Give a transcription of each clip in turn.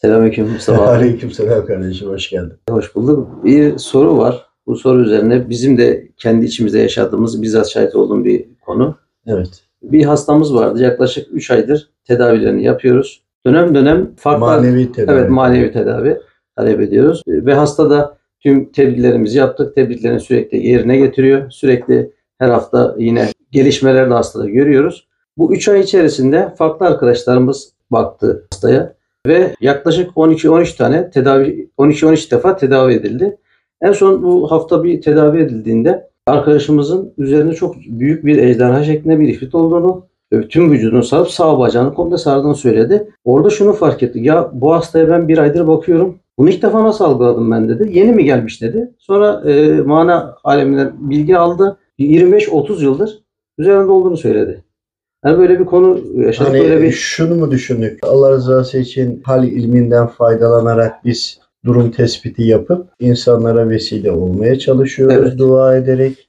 Selamünaleyküm Mustafa abi. Aleykümselam kardeşim, hoş geldin. Hoş bulduk. Bir soru var. Bu soru üzerine bizim de kendi içimizde yaşadığımız, bizzat şahit olduğum bir konu. Evet. Bir hastamız vardı. Yaklaşık 3 aydır tedavilerini yapıyoruz. Dönem dönem farklı Manevi tedavi. Evet, manevi tedavi talep ediyoruz. Ve hasta da tüm tebriklerimizi yaptık. Tebriklerini sürekli yerine getiriyor. Sürekli her hafta yine gelişmeler de hastada görüyoruz. Bu 3 ay içerisinde farklı arkadaşlarımız baktı hastaya. Ve yaklaşık 12-13 tane tedavi, 12-13 defa tedavi edildi. En son bu hafta bir tedavi edildiğinde arkadaşımızın üzerinde çok büyük bir ejderha şeklinde bir ifrit olduğunu ve tüm vücudunu sarıp sağ bacağını komple sardığını söyledi. Orada şunu fark ettik. Ya bu hastaya ben bir aydır bakıyorum. Bunu ilk defa nasıl algıladım ben dedi. Yeni mi gelmiş dedi. Sonra mana aleminden bilgi aldı. 25-30 yıldır üzerinde olduğunu söyledi. Yani böyle bir konu yaşadık. Hani böyle bir şunu mu düşündük? Allah rızası için hal ilminden faydalanarak biz durum tespiti yapıp insanlara vesile olmaya çalışıyoruz, Evet. dua ederek.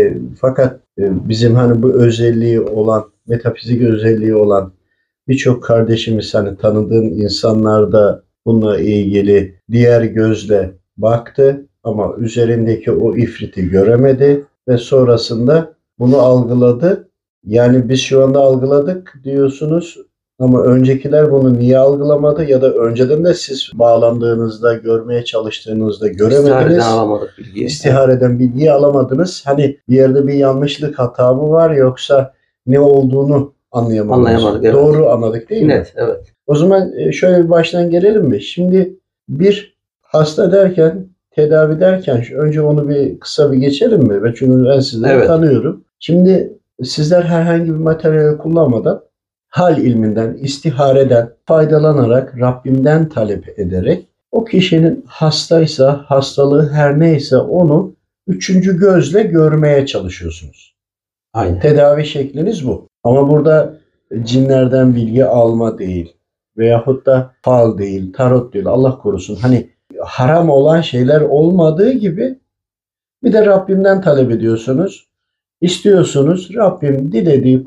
Fakat bizim hani bu özelliği olan, metafizik özelliği olan birçok kardeşimiz, hani tanıdığın insanlar da bununla ilgili diğer gözle baktı ama üzerindeki o ifriti göremedi ve sonrasında bunu algıladı. Yani biz şu anda algıladık diyorsunuz ama öncekiler bunu niye algılamadı ya da önceden de siz bağlandığınızda, görmeye çalıştığınızda İstihareden göremediniz. alamadık bilgiyi. İstihareden bilgiyi alamadınız. Hani bir yerde bir yanlışlık, hata mı var yoksa ne olduğunu anlayamadınız. Anlayamadık, evet. Doğru anladık değil mi? Net, evet. O zaman şöyle bir baştan gelelim mi? Şimdi bir hasta derken, tedavi derken önce onu bir kısa bir geçelim mi? Ve çünkü ben sizleri Evet. tanıyorum. Şimdi sizler herhangi bir materyal kullanmadan hal ilminden, istihareden faydalanarak, Rabbimden talep ederek o kişinin hastaysa, hastalığı her neyse onu üçüncü gözle görmeye çalışıyorsunuz. Aynen. Tedavi şekliniz bu. Ama burada cinlerden bilgi alma değil veyahut da fal değil, tarot değil, Allah korusun. Hani haram olan şeyler olmadığı gibi bir de Rabbimden talep ediyorsunuz. İstiyorsunuz, Rabbim dilediği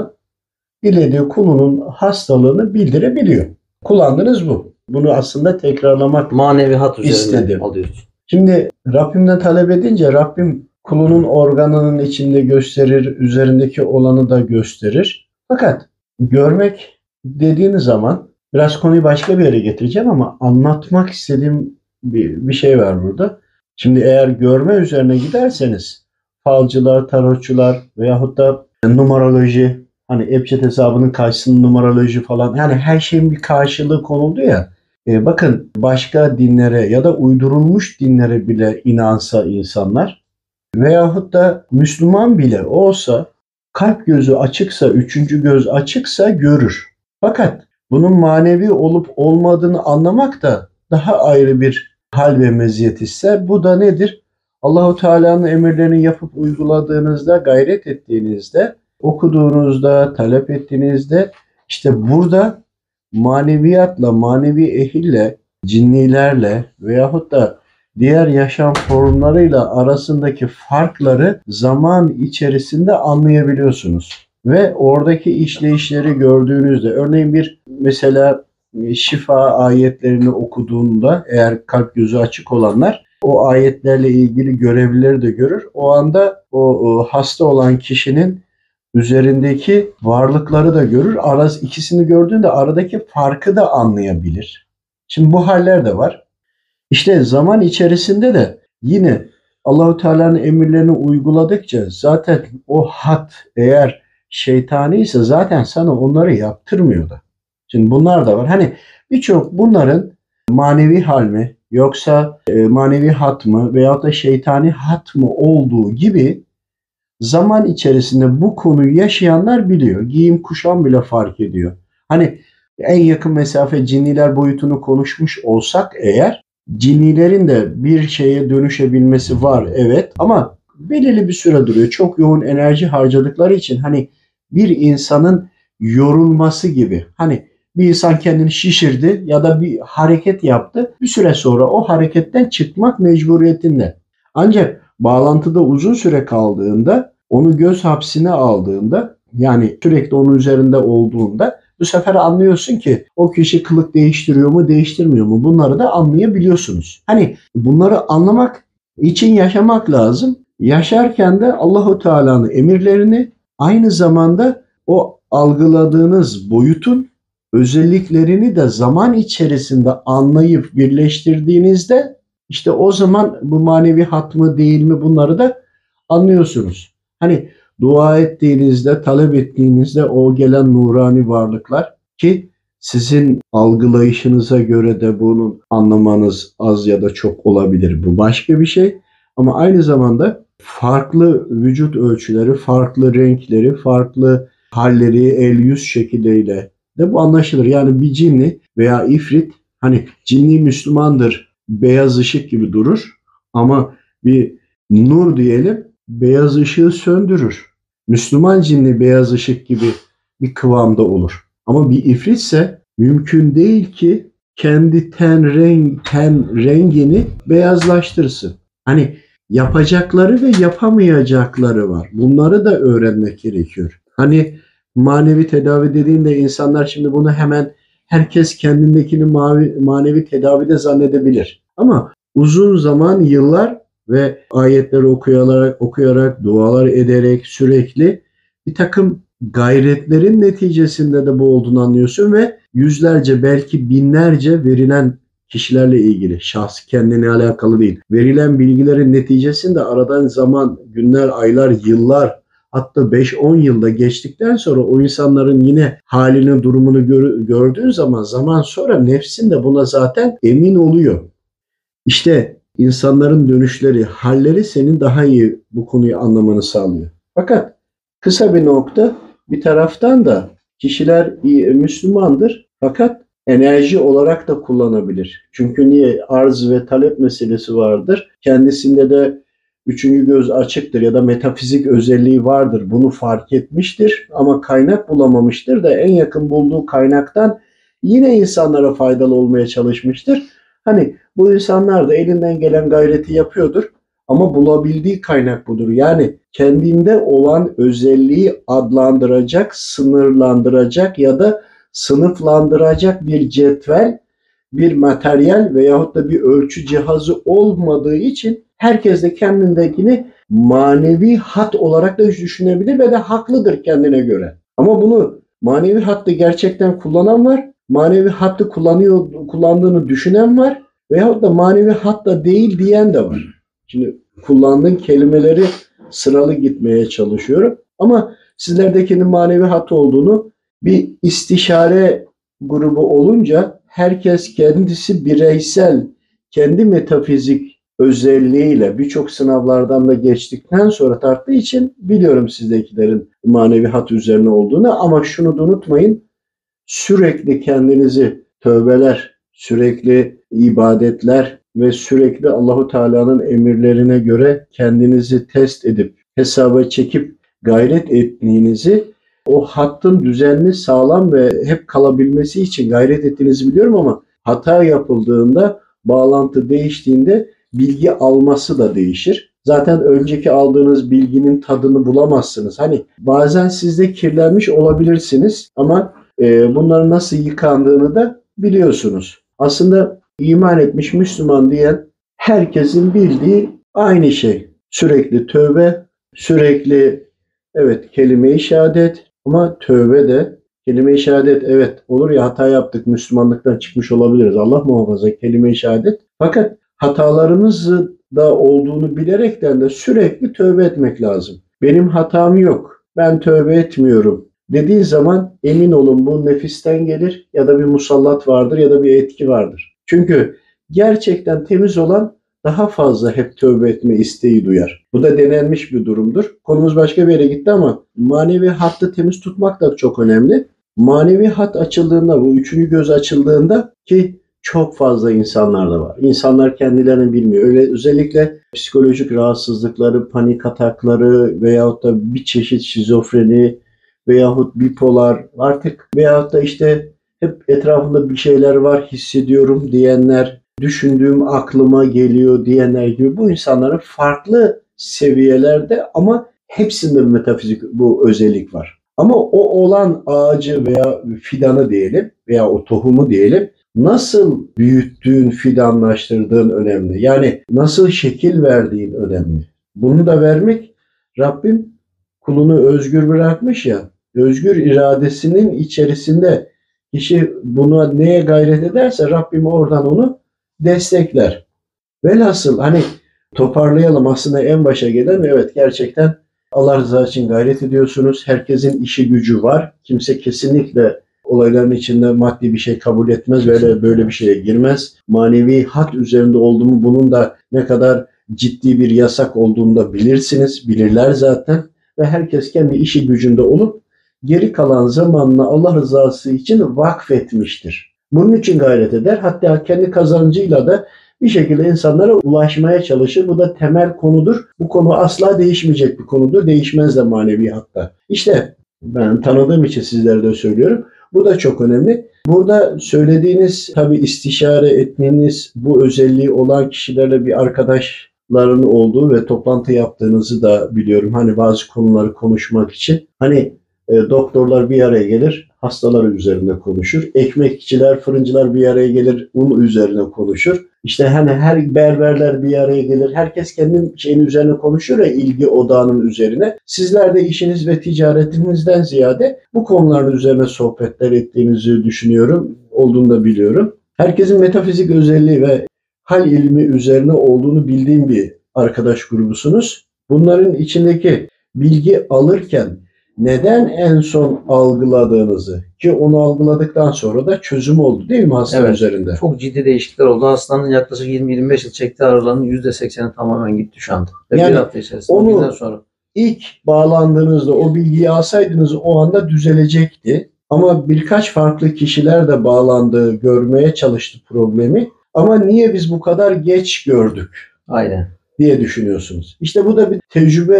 kulunun hastalığını bildirebiliyor. Kullandınız bu. Bunu aslında tekrarlamak Manevi hat üzerinden istedim. alıyoruz. Şimdi Rabbimden talep edince Rabbim kulunun organının içinde gösterir, üzerindeki olanı da gösterir. Fakat görmek dediğiniz zaman biraz konuyu başka bir yere getireceğim ama anlatmak istediğim bir şey var burada. Şimdi eğer görme üzerine giderseniz falcılar, tarotçular veyahut da numaroloji, hani Ebced hesabının karşısında numaroloji falan, yani her şeyin bir karşılığı konuldu ya. Bakın başka dinlere ya da uydurulmuş dinlere bile inansa insanlar veyahut da Müslüman bile olsa kalp gözü açıksa, üçüncü göz açıksa görür. Fakat bunun manevi olup olmadığını anlamak da daha ayrı bir hal ve meziyet ister. Bu da nedir? Allahu Teala'nın emirlerini yapıp uyguladığınızda, gayret ettiğinizde, okuduğunuzda, talep ettiğinizde işte burada maneviyatla, manevi ehille, cinnilerle veyahut da diğer yaşam formlarıyla arasındaki farkları zaman içerisinde anlayabiliyorsunuz. Ve oradaki işleyişleri gördüğünüzde, örneğin bir mesela şifa ayetlerini okuduğunda eğer kalp gözü açık olanlar o ayetlerle ilgili görevlileri de görür. O anda o hasta olan kişinin üzerindeki varlıkları da görür. İkisini gördüğünde aradaki farkı da anlayabilir. Şimdi bu haller de var. İşte zaman içerisinde de yine Allahu Teala'nın emirlerini uyguladıkça zaten o hat eğer şeytani ise zaten sana onları yaptırmıyor da. Şimdi bunlar da var. Hani birçok bunların manevi hal mi yoksa manevi hat mı veyahut da şeytani hat mı olduğu gibi zaman içerisinde bu konuyu yaşayanlar biliyor. Giyim kuşam bile fark ediyor. Hani en yakın mesafe cinniler boyutunu konuşmuş olsak eğer cinnilerin de bir şeye dönüşebilmesi var, evet, ama belirli bir süre duruyor. Çok yoğun enerji harcadıkları için hani bir insanın yorulması gibi. Hani bir insan kendini şişirdi ya da bir hareket yaptı. Bir süre sonra o hareketten çıkmak mecburiyetinde. Ancak bağlantıda uzun süre kaldığında, onu göz hapsine aldığında, yani sürekli onun üzerinde olduğunda Bu sefer anlıyorsun ki o kişi kılık değiştiriyor mu, değiştirmiyor mu? Bunları da anlayabiliyorsunuz. Hani bunları anlamak için yaşamak lazım. Yaşarken de Allahu Teala'nın emirlerini, aynı zamanda o algıladığınız boyutun özelliklerini de zaman içerisinde anlayıp birleştirdiğinizde işte o zaman bu manevi hat mı değil mi bunları da anlıyorsunuz. Hani dua ettiğinizde, talep ettiğinizde o gelen nurani varlıklar, ki sizin algılayışınıza göre de bunun anlamanız az ya da çok olabilir. Bu başka bir şey. Ama aynı zamanda farklı vücut ölçüleri, farklı renkleri, farklı halleri, el yüz şekilleriyle de bu anlaşılır. Yani bir cinni veya ifrit, hani cinni Müslümandır, beyaz ışık gibi durur ama bir nur diyelim beyaz ışığı söndürür. Müslüman cinni beyaz ışık gibi bir kıvamda olur. Ama bir ifritse mümkün değil ki kendi ten rengini beyazlaştırsın. Hani yapacakları ve yapamayacakları var. Bunları da öğrenmek gerekiyor. Hani manevi tedavi dediğinde insanlar şimdi bunu hemen herkes kendindekini manevi tedavide zannedebilir. Ama uzun zaman, yıllar ve ayetleri okuyarak, dualar ederek sürekli bir takım gayretlerin neticesinde de bu olduğunu anlıyorsun ve yüzlerce belki binlerce verilen kişilerle ilgili, şahs kendine alakalı değil, verilen bilgilerin neticesinde aradan zaman, günler, aylar, yıllar, hatta 5-10 yılda geçtikten sonra o insanların yine halini, durumunu gördüğün zaman sonra nefsin de buna zaten emin oluyor. İşte insanların dönüşleri, halleri senin daha iyi bu konuyu anlamanı sağlıyor. Fakat kısa bir nokta, bir taraftan da kişiler Müslümandır fakat enerji olarak da kullanabilir. Çünkü niye? Arz ve talep meselesi vardır. Kendisinde de üçüncü göz açıktır ya da metafizik özelliği vardır. Bunu fark etmiştir ama kaynak bulamamıştır da en yakın bulduğu kaynaktan yine insanlara faydalı olmaya çalışmıştır. Hani bu insanlar da elinden gelen gayreti yapıyordur ama bulabildiği kaynak budur. Yani kendinde olan özelliği adlandıracak, sınırlandıracak ya da sınıflandıracak bir cetvel, bir materyal veyahut da bir ölçü cihazı olmadığı için herkes de kendindekini manevi hat olarak da düşünebilir ve de haklıdır kendine göre. Ama bunu manevi hattı gerçekten kullanan var, manevi hattı kullandığını düşünen var veyahut da manevi hatta değil diyen de var. Şimdi kullandığım kelimeleri sıralı gitmeye çalışıyorum ama sizlerdekinin manevi hat olduğunu, bir istişare grubu olunca herkes kendisi bireysel, kendi metafizik özelliğiyle birçok sınavlardan da geçtikten sonra tarttığı için biliyorum sizdekilerin manevi hat üzerine olduğunu, ama şunu da unutmayın, sürekli kendinizi tövbeler, sürekli ibadetler ve sürekli Allahu Teala'nın emirlerine göre kendinizi test edip hesaba çekip gayret ettiğinizi, o hattın düzenli, sağlam ve hep kalabilmesi için gayret ettiğinizi biliyorum ama hata yapıldığında, bağlantı değiştiğinde bilgi alması da değişir. Zaten önceki aldığınız bilginin tadını bulamazsınız. Hani bazen siz de kirlenmiş olabilirsiniz ama bunların nasıl yıkandığını da biliyorsunuz. Aslında iman etmiş Müslüman diyen herkesin bildiği aynı şey. Sürekli tövbe, sürekli evet kelime-i şehadet, ama tövbe de kelime-i şehadet, evet olur ya hata yaptık, Müslümanlıktan çıkmış olabiliriz. Allah muhafaza, kelime-i şehadet. Fakat hatalarımızı da olduğunu bilerekten de sürekli tövbe etmek lazım. Benim hatam yok, ben tövbe etmiyorum dediği zaman emin olun bu nefisten gelir ya da bir musallat vardır ya da bir etki vardır. Çünkü gerçekten temiz olan daha fazla hep tövbe etme isteği duyar. Bu da denenmiş bir durumdur. Konumuz başka bir yere gitti ama manevi hattı temiz tutmak da çok önemli. Manevi hat açıldığında, bu üçüncü göz açıldığında, ki çok fazla insanlar da var. İnsanlar kendilerini bilmiyor. Özellikle psikolojik rahatsızlıkları, panik atakları veyahut da bir çeşit şizofreni veyahut bipolar artık veyahut da işte hep etrafında bir şeyler var hissediyorum diyenler, düşündüğüm aklıma geliyor diyenler gibi bu insanların farklı seviyelerde ama hepsinde bir metafizik bu özellik var. Ama o olan ağacı veya fidanı diyelim veya o tohumu diyelim nasıl büyüttüğün, fidanlaştırdığın önemli. Yani nasıl şekil verdiğin önemli. Bunu da vermek Rabbim kulunu özgür bırakmış ya, özgür iradesinin içerisinde kişi buna neye gayret ederse Rabbim oradan onu destekler. Velhasıl hani toparlayalım aslında en başa gelen evet gerçekten Allah rızası için gayret ediyorsunuz. Herkesin işi gücü var. Kimse kesinlikle olayların içinde maddi bir şey kabul etmez. Böyle bir şeye girmez. Manevi hak üzerinde olduğumu bunun da ne kadar ciddi bir yasak olduğunu da bilirsiniz. Bilirler zaten. Ve herkes kendi işi gücünde olup geri kalan zamanını Allah rızası için vakfetmiştir. Bunun için gayret eder. Hatta kendi kazancıyla da bir şekilde insanlara ulaşmaya çalışır. Bu da temel konudur. Bu konu asla değişmeyecek bir konudur. Değişmez de manevi hatta. İşte ben tanıdığım için sizlere de söylüyorum. Bu da çok önemli. Burada söylediğiniz tabii istişare etmeniz, bu özelliği olan kişilerle bir arkadaşların olduğu ve toplantı yaptığınızı da biliyorum. Hani bazı konuları konuşmak için. Hani doktorlar bir araya gelir, hastaları üzerinde konuşur. Ekmekçiler, fırıncılar bir araya gelir, un üzerine konuşur. İşte hani her berberler bir araya gelir. Herkes kendi şeyin üzerine konuşur ya, ilgi odağının üzerine. Sizler de işiniz ve ticaretinizden ziyade bu konuların üzerine sohbetler ettiğinizi düşünüyorum. Olduğunu da biliyorum. Herkesin metafizik özelliği ve hal ilmi üzerine olduğunu bildiğim bir arkadaş grubusunuz. Bunların içindeki bilgi alırken neden en son algıladığınızı, ki onu algıladıktan sonra da çözüm oldu değil mi hasta Evet, üzerinde? çok ciddi değişiklikler oldu. Hastanın yaklaşık 20-25 yıl çektiği ağrıların %80'i tamamen gitti şu anda. Ve Yani bir hafta içerisinde onu ondan sonra. İlk bağlandığınızda o bilgiyi alsaydınız o anda düzelecekti. Ama birkaç farklı kişiler de bağlandı, görmeye çalıştı problemi. Ama niye biz bu kadar geç gördük Aynen. diye düşünüyorsunuz. İşte bu da bir tecrübe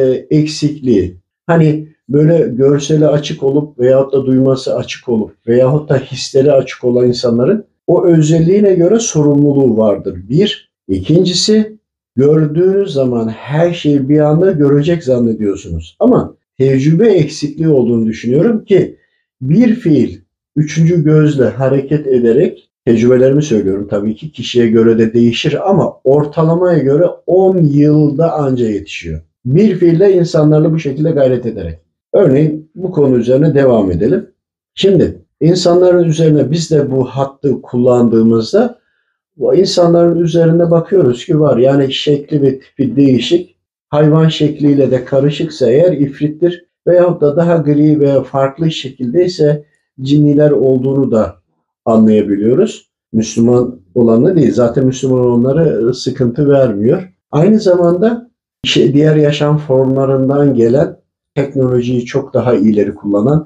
eksikliği. Hani böyle görseli açık olup veyahut da duyması açık olup veyahut da hisleri açık olan insanların o özelliğine göre sorumluluğu vardır. Bir. İkincisi, gördüğünüz zaman her şeyi bir anda görecek zannediyorsunuz. Ama tecrübe eksikliği olduğunu düşünüyorum ki bir fiil üçüncü gözle hareket ederek, tecrübelerimi söylüyorum tabii ki kişiye göre de değişir ama ortalamaya göre 10 yılda anca yetişiyor. Bir fiilde insanlarla bu şekilde gayret ederek. Örneğin bu konu üzerine devam edelim. Şimdi insanların üzerine biz de bu hattı kullandığımızda bu insanların üzerine bakıyoruz ki var. Yani şekli ve tipi değişik. Hayvan şekliyle de karışıksa eğer ifrittir veyahut da daha gri veya farklı şekildeyse cinniler olduğunu da anlayabiliyoruz. Müslüman olanı değil. Zaten Müslüman olanları sıkıntı vermiyor. Aynı zamanda diğer yaşam formlarından gelen teknolojiyi çok daha ileri kullanan,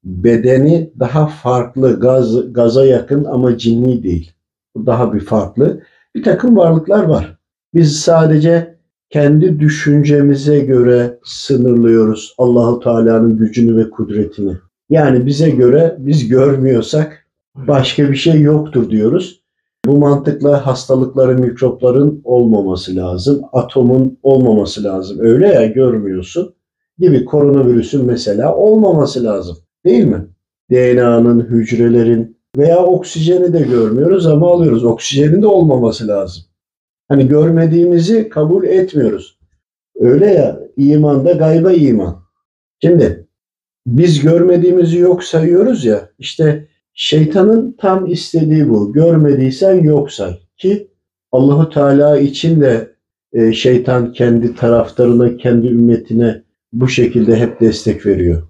bedeni daha farklı, gaza yakın ama cinni değil. Bu daha bir farklı. Bir takım varlıklar var. Biz sadece kendi düşüncemize göre sınırlıyoruz Allahu Teala'nın gücünü ve kudretini. Yani bize göre biz görmüyorsak başka bir şey yoktur diyoruz. Bu mantıkla hastalıkların, mikropların olmaması lazım. Atomun olmaması lazım. Öyle ya, görmüyorsun gibi koronavirüsün mesela olmaması lazım. Değil mi? DNA'nın, hücrelerin veya oksijeni de görmüyoruz ama alıyoruz. Oksijenin de olmaması lazım. Hani görmediğimizi kabul etmiyoruz. Öyle ya, imanda gayba iman. Şimdi biz görmediğimizi yok sayıyoruz ya, işte şeytanın tam istediği bu. Görmediysen yok say. Ki Allahu Teala için de şeytan kendi taraftarına, kendi ümmetine bu şekilde hep destek veriyor.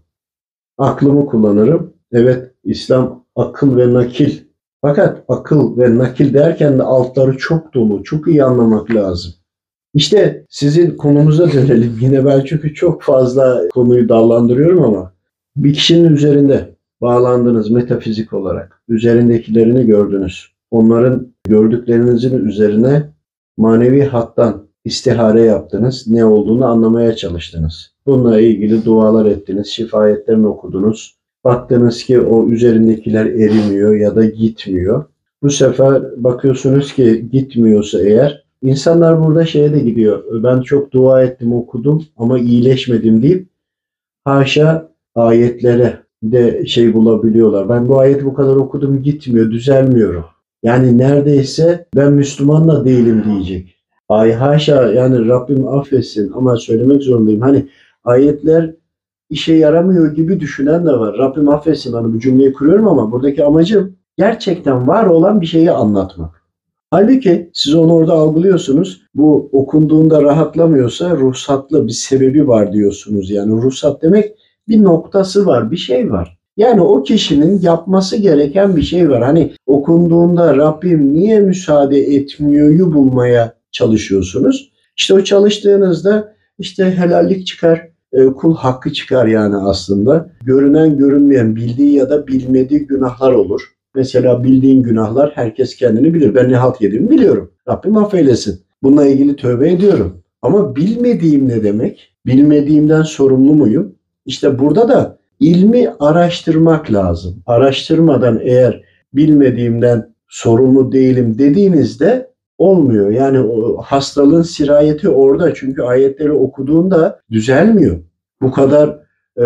Aklımı kullanırım. Evet, İslam akıl ve nakil. Fakat akıl ve nakil derken de altları çok dolu. Çok iyi anlamak lazım. İşte sizin konumuza dönelim. Yine ben çünkü çok fazla konuyu dallandırıyorum ama bir kişinin üzerinde bağlandınız metafizik olarak. Üzerindekilerini gördünüz. Onların gördüklerinizin üzerine manevi hattan istihare yaptınız. Ne olduğunu anlamaya çalıştınız. Bununla ilgili dualar ettiniz. Şifayetlerini okudunuz. Baktınız ki o üzerindekiler erimiyor ya da gitmiyor. Bu sefer bakıyorsunuz ki gitmiyorsa eğer, insanlar burada şeye de gidiyor. Ben çok dua ettim, okudum ama iyileşmedim deyip haşa ayetlere de bulabiliyorlar. Ben bu ayeti bu kadar okudum gitmiyor, düzelmiyorum. Yani neredeyse ben Müslüman da değilim diyecek. Ay haşa, yani Rabbim affetsin ama söylemek zorundayım. Hani ayetler işe yaramıyor gibi düşünen de var. Rabbim affetsin, hani bu cümleyi kuruyorum ama buradaki amacım gerçekten var olan bir şeyi anlatmak. Halbuki siz onu orada algılıyorsunuz. Bu okunduğunda rahatlamıyorsa ruhsatlı bir sebebi var diyorsunuz. Yani ruhsat demek bir noktası var, bir şey var. Yani o kişinin yapması gereken bir şey var. Hani okunduğunda Rabbim niye müsaade etmiyor'yu bulmaya çalışıyorsunuz. İşte o çalıştığınızda işte helallik çıkar, kul hakkı çıkar yani aslında. Görünen görünmeyen, bildiği ya da bilmediği günahlar olur. Mesela bildiğin günahlar herkes kendini bilir. Ben ne halt yediğimi biliyorum. Rabbim affeylesin. Bununla ilgili tövbe ediyorum. Ama bilmediğim ne demek? Bilmediğimden sorumlu muyum? İşte burada da ilmi araştırmak lazım. Araştırmadan eğer bilmediğimden sorumlu değilim dediğinizde olmuyor. Yani o hastalığın sirayeti orada. Çünkü ayetleri okuduğunda düzelmiyor. Bu kadar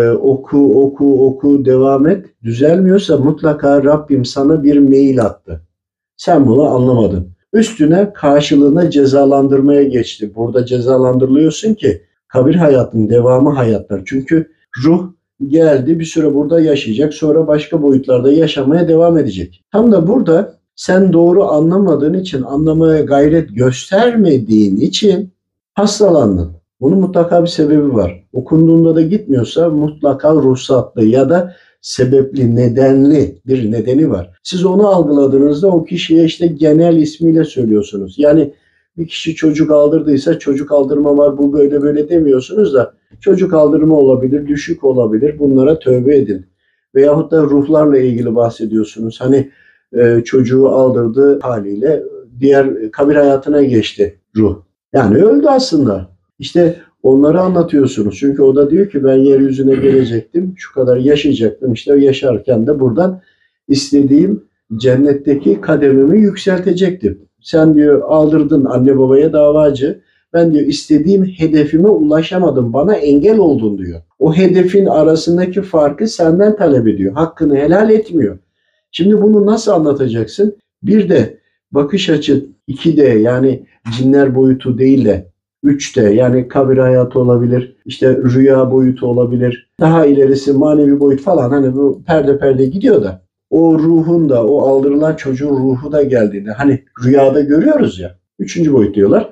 oku devam et. Düzelmiyorsa mutlaka Rabbim sana bir mail attı. Sen bunu anlamadın. Üstüne karşılığına cezalandırmaya geçti. Burada cezalandırılıyorsun ki kabir hayatının devamı hayatlar. Çünkü ruh geldi, bir süre burada yaşayacak, sonra başka boyutlarda yaşamaya devam edecek. Tam da burada sen doğru anlamadığın için, anlamaya gayret göstermediğin için hastalandın. Bunun mutlaka bir sebebi var. Okunduğunda da gitmiyorsa mutlaka ruhsatlı ya da sebepli, nedenli bir nedeni var. Siz onu algıladığınızda o kişiye işte genel ismiyle söylüyorsunuz. Yani bir kişi çocuk aldırdıysa çocuk aldırma var, bu böyle böyle demiyorsunuz da çocuk aldırma olabilir, düşük olabilir. Bunlara tövbe edin. Veyahut da ruhlarla ilgili bahsediyorsunuz. Hani çocuğu aldırdığı haliyle diğer kabir hayatına geçti ruh. Yani öldü aslında. İşte onları anlatıyorsunuz. Çünkü o da diyor ki ben yeryüzüne gelecektim, şu kadar yaşayacaktım. İşte yaşarken de buradan istediğim cennetteki kademimi yükseltecektim. Sen diyor aldırdın, anne babaya davacı. Ben diyor istediğim hedefime ulaşamadım. Bana engel oldun diyor. O hedefin arasındaki farkı senden talep ediyor. Hakkını helal etmiyor. Şimdi bunu nasıl anlatacaksın? Bir de bakış açı 2D, yani cinler boyutu değil de 3D, yani kabir hayatı olabilir, işte rüya boyutu olabilir, daha ilerisi manevi boyut falan, hani bu perde perde gidiyor da o ruhun da, o aldırılan çocuğun ruhu da geldiğinde hani rüyada görüyoruz ya, 3. boyut diyorlar.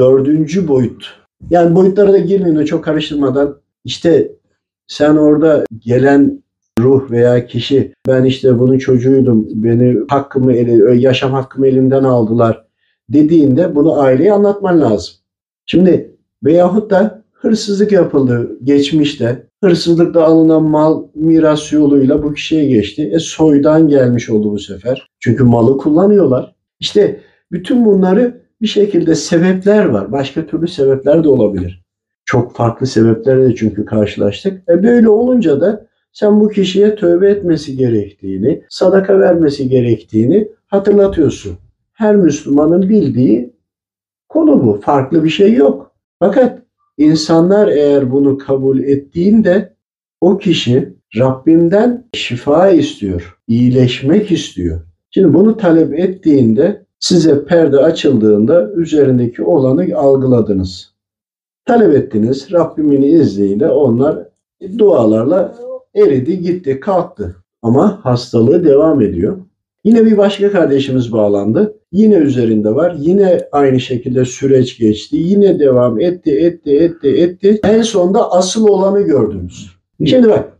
4. boyut, yani boyutlara da girmeyeyim de çok karıştırmadan, işte sen orada gelen ruh veya kişi, ben işte bunun çocuğuydum, beni yaşam hakkımı elimden aldılar dediğinde bunu aileye anlatman lazım. Şimdi veyahut da hırsızlık yapıldı geçmişte. Hırsızlıkta alınan mal miras yoluyla bu kişiye geçti. Soydan gelmiş oldu bu sefer. Çünkü malı kullanıyorlar. İşte bütün bunları bir şekilde sebepler var. Başka türlü sebepler de olabilir. Çok farklı sebeplerle çünkü karşılaştık. Böyle olunca da sen bu kişiye tövbe etmesi gerektiğini, sadaka vermesi gerektiğini hatırlatıyorsun. Her Müslümanın bildiği konu bu. Farklı bir şey yok. Fakat insanlar eğer bunu kabul ettiğinde o kişi Rabbimden şifa istiyor, iyileşmek istiyor. Şimdi bunu talep ettiğinde size perde açıldığında üzerindeki olanı algıladınız. Talep ettiniz, Rabbimin izniyle onlar dualarla eridi, gitti, kalktı. Ama hastalığı devam ediyor. Yine bir başka kardeşimiz bağlandı. Yine üzerinde var. Yine aynı şekilde süreç geçti. Yine devam etti. En sonunda asıl olanı gördünüz. Şimdi bak,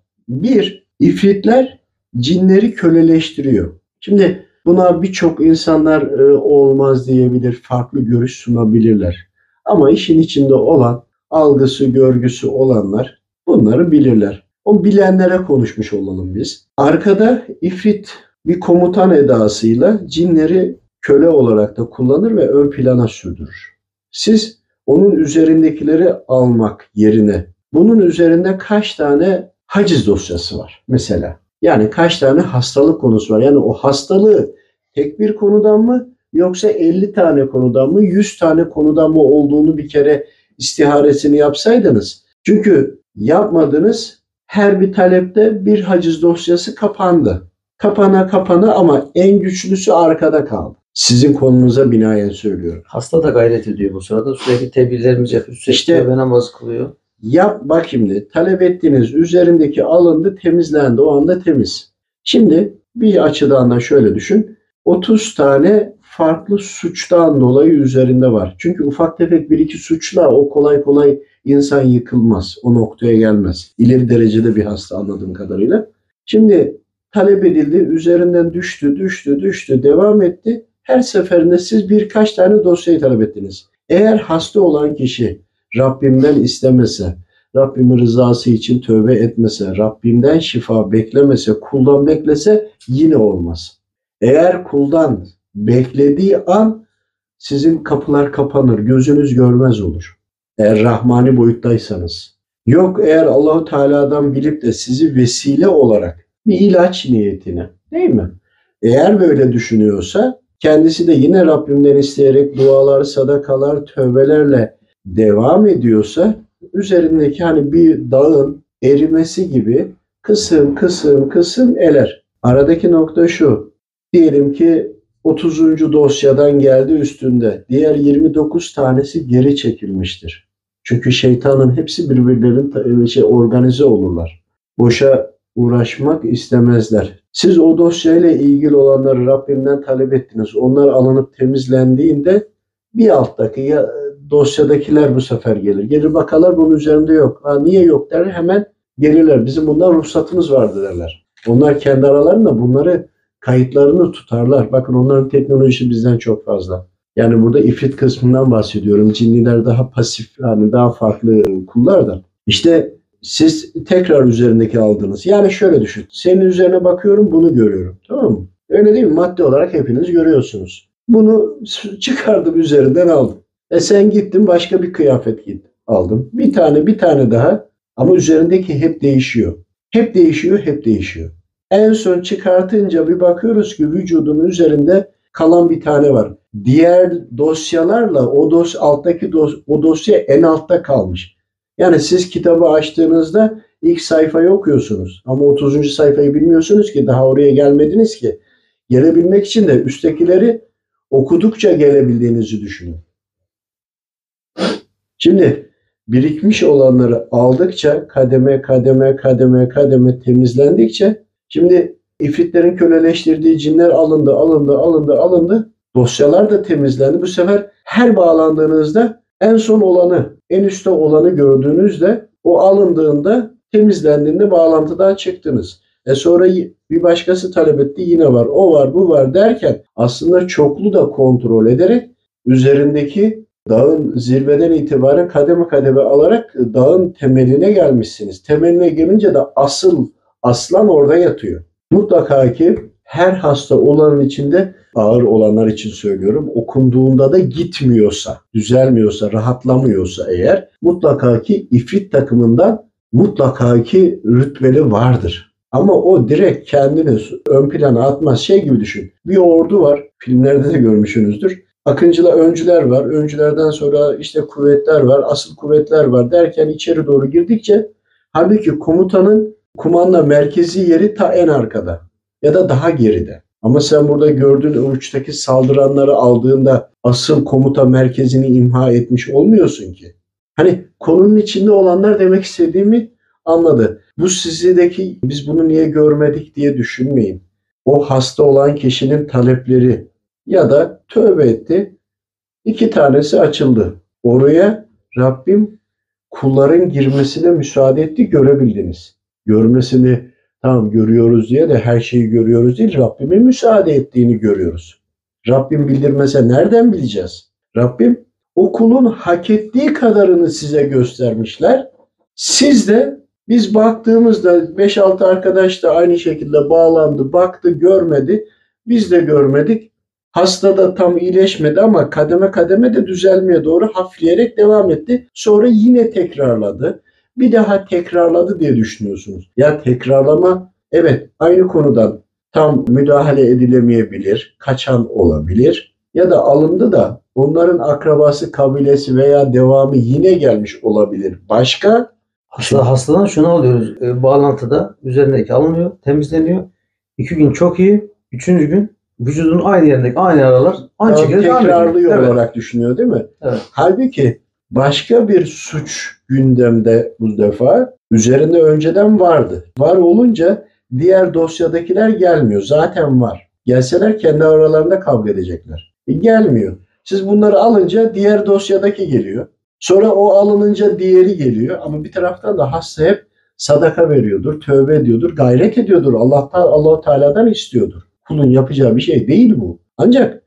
ifritler cinleri köleleştiriyor. Şimdi buna birçok insanlar olmaz diyebilir, farklı görüş sunabilirler. Ama işin içinde olan, algısı, görgüsü olanlar bunları bilirler. O bilenlere konuşmuş olalım biz. Arkada ifrit bir komutan edasıyla cinleri köle olarak da kullanır ve ön plana sürdürür. Siz onun üzerindekileri almak yerine bunun üzerinde kaç tane haciz dosyası var mesela? Yani kaç tane hastalık konusu var? Yani o hastalığı tek bir konudan mı yoksa 50 tane konudan mı 100 tane konudan mı olduğunu bir kere istiharesini yapsaydınız. Çünkü yapmadınız, her bir talepte bir haciz dosyası kapandı. Kapana ama en güçlüsü arkada kaldı. Sizin konunuza binaen söylüyorum. Hasta da gayret ediyor bu sırada. Sürekli tedbirlerimizi yapıyor. Sürekli İşte- tövbe namazı kılıyor. Bak şimdi talep ettiğiniz üzerindeki alındı, temizlendi. O anda temiz. Şimdi bir açıdan da şöyle düşün. 30 tane farklı suçtan dolayı üzerinde var. Çünkü ufak tefek bir iki suçla o kolay kolay insan yıkılmaz. O noktaya gelmez. İleri derecede bir hasta anladığım kadarıyla. Şimdi talep edildi, üzerinden düştü, devam etti. Her seferinde siz birkaç tane dosyayı talep ettiniz. Eğer hasta olan kişi Rabbimden istemese, Rabbimin rızası için tövbe etmese, Rabbimden şifa beklemese, kuldan beklese yine olmaz. Eğer kuldan beklediği an sizin kapılar kapanır, gözünüz görmez olur. Eğer rahmani boyuttaysanız. Yok eğer Allahu Teala'dan bilip de sizi vesile olarak bir ilaç niyetine, değil mi? Eğer böyle düşünüyorsa kendisi de yine Rabbimden isteyerek dualar, sadakalar, tövbelerle devam ediyorsa üzerindeki hani bir dağın erimesi gibi kısım eler. Aradaki nokta şu. Diyelim ki 30. dosyadan geldi üstünde. Diğer 29 tanesi geri çekilmiştir. Çünkü şeytanın hepsi birbirlerinin organize olurlar. Boşa uğraşmak istemezler. Siz o dosyayla ilgili olanları Rabbimden talep ettiniz. Onlar alınıp temizlendiğinde bir alttaki dosyadakiler bu sefer gelir. Gelir bakarlar bunun üzerinde yok. Niye yok der hemen gelirler. Bizim bundan ruhsatımız vardı derler. Onlar kendi aralarında bunları kayıtlarını tutarlar. Bakın onların teknolojisi bizden çok fazla. Yani burada ifrit kısmından bahsediyorum. Cinniler daha pasif, yani daha farklı kullar da. İşte siz tekrar üzerindeki aldınız. Yani şöyle düşün. Senin üzerine bakıyorum, bunu görüyorum. Tamam mı? Öyle değil mi? Madde olarak hepiniz görüyorsunuz. Bunu çıkardım, üzerinden aldım. Sen gittin başka bir kıyafet aldın. Bir tane daha ama üzerindeki hep değişiyor. Hep değişiyor. En son çıkartınca bir bakıyoruz ki vücudun üzerinde kalan bir tane var. Diğer dosyalarla alttaki dosya en altta kalmış. Yani siz kitabı açtığınızda ilk sayfayı okuyorsunuz. Ama 30. sayfayı bilmiyorsunuz ki, daha oraya gelmediniz ki. Gelebilmek için de üsttekileri okudukça gelebildiğinizi düşünün. Şimdi birikmiş olanları aldıkça kademe temizlendikçe şimdi ifritlerin köleleştirdiği cinler alındı. Dosyalar da temizlendi. Bu sefer her bağlandığınızda en son olanı, en üstte olanı gördüğünüzde o alındığında, temizlendiğinde bağlantıdan çıktınız. Sonra bir başkası talep etti, yine var, o var, bu var derken aslında çoklu da kontrol ederek üzerindeki dağın zirveden itibaren kademe alarak dağın temeline gelmişsiniz. Temeline gelince de aslan orada yatıyor. Mutlaka ki her hasta olanın içinde, ağır olanlar için söylüyorum, okunduğunda da gitmiyorsa, düzelmiyorsa, rahatlamıyorsa eğer mutlaka ki ifrit takımından mutlaka ki rütbeli vardır. Ama o direkt kendini ön plana atmaz. Şey gibi düşün. Bir ordu var. Filmlerde de görmüşsünüzdür. Akıncılar, öncüler var. Öncülerden sonra işte kuvvetler var. Asıl kuvvetler var derken içeri doğru girdikçe halbuki komutanın kumanda merkezi yeri ta en arkada ya da daha geride. Ama sen burada gördüğün uçtaki saldıranları aldığında asıl komuta merkezini imha etmiş olmuyorsun ki. Hani konunun içinde olanlar demek istediğimi anladı. Bu sizideki biz bunu niye görmedik diye düşünmeyin. O hasta olan kişinin talepleri ya da tövbe etti. 2 tanesi açıldı. Oraya Rabbim kulların girmesine müsaade etti, görebildiniz. Görmesini tamam görüyoruz diye de her şeyi görüyoruz değil. Rabbimin müsaade ettiğini görüyoruz. Rabbim bildirmese nereden bileceğiz? Rabbim o kulun hak ettiği kadarını size göstermişler. Siz de biz baktığımızda 5-6 arkadaş da aynı şekilde bağlandı, baktı, görmedi. Biz de görmedik. Hasta da tam iyileşmedi ama kademe de düzelmeye doğru hafifleyerek devam etti. Sonra yine tekrarladı. Bir daha tekrarladı diye düşünüyorsunuz. Ya tekrarlama, evet, aynı konudan tam müdahale edilemeyebilir, kaçan olabilir ya da alındı da onların akrabası, kabilesi veya devamı yine gelmiş olabilir başka, Hastadan şunu alıyoruz. Bağlantıda üzerindeki alınıyor, temizleniyor. 2 gün çok iyi. 3. gün vücudun aynı yerindeki aynı aralar aynı şekilde devam ediyor. Tekrarlıyor Evet. olarak düşünüyor değil mi? Evet. Halbuki başka bir suç gündemde bu defa üzerinde önceden vardı. Var olunca diğer dosyadakiler gelmiyor. Zaten var. Gelseler kendi aralarında kavga edecekler. Gelmiyor. Siz bunları alınca diğer dosyadaki geliyor. Sonra o alınınca diğeri geliyor. Ama bir taraftan da hasta hep sadaka veriyordur, tövbe ediyordur, gayret ediyordur. Allah-u Teala'dan istiyordur. Kulun yapacağı bir şey değil bu. Ancak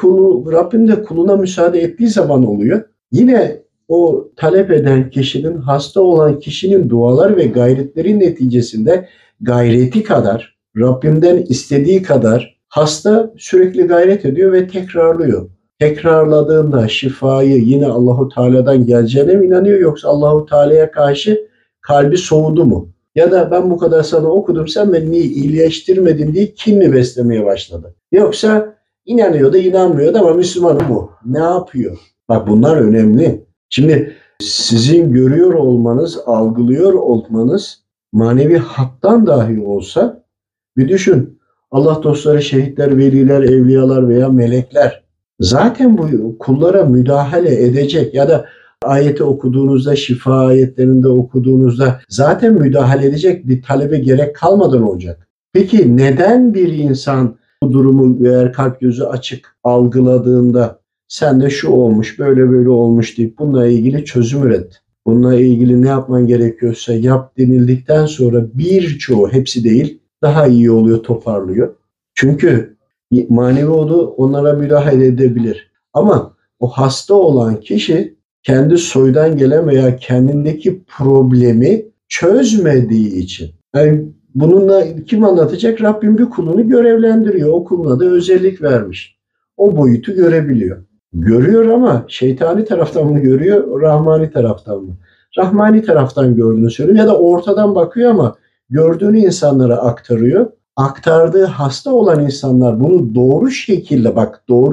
Rabbim de kuluna müsaade ettiği zaman oluyor. Yine o talep eden kişinin, hasta olan kişinin dualar ve gayretleri neticesinde gayreti kadar, Rabbimden istediği kadar hasta sürekli gayret ediyor ve tekrarlıyor. Tekrarladığında şifayı yine Allahu Teala'dan geleceğine mi inanıyor, yoksa Allahu Teala'ya karşı kalbi soğudu mu? Ya da ben bu kadar sana okudum, sen beni niye iyileştirmedin diye kin mi beslemeye başladı? Yoksa inanıyor da inanmıyor da ama Müslümanım bu. Ne yapıyor? Bak bunlar önemli. Şimdi sizin görüyor olmanız, algılıyor olmanız manevi hattan dahi olsa bir düşün. Allah dostları, şehitler, veliler, evliyalar veya melekler zaten bu kullara müdahale edecek ya da ayeti okuduğunuzda, şifa ayetlerinde okuduğunuzda zaten müdahale edecek bir talebe gerek kalmadan olacak. Peki neden bir insan bu durumu eğer kalp gözü açık algıladığında sen de şu olmuş, böyle böyle olmuş deyip bununla ilgili çözüm üret. Bununla ilgili ne yapman gerekiyorsa yap denildikten sonra birçoğu, hepsi değil, daha iyi oluyor, toparlıyor. Çünkü manevi olduğu onlara müdahale edebilir. Ama o hasta olan kişi kendi soydan gelen veya kendindeki problemi çözmediği için. Yani bununla kim anlatacak? Rabbim bir kulunu görevlendiriyor. O kuluna da özellik vermiş. O boyutu görebiliyor. Görüyor ama şeytani taraftan mı görüyor, rahmani taraftan mı? Rahmani taraftan gördüğünü söylüyor ya da ortadan bakıyor ama gördüğünü insanlara aktarıyor. Aktardığı hasta olan insanlar bunu doğru şekilde, bak doğru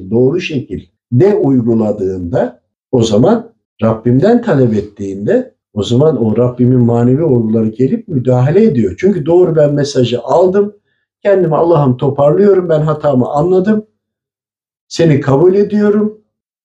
şekil de uyguladığında, o zaman Rabbimden talep ettiğinde, o zaman o Rabbimin manevi orduları gelip müdahale ediyor. Çünkü doğru, ben mesajı aldım. Kendimi Allah'ım toparlıyorum. Ben hatamı anladım. Seni kabul ediyorum.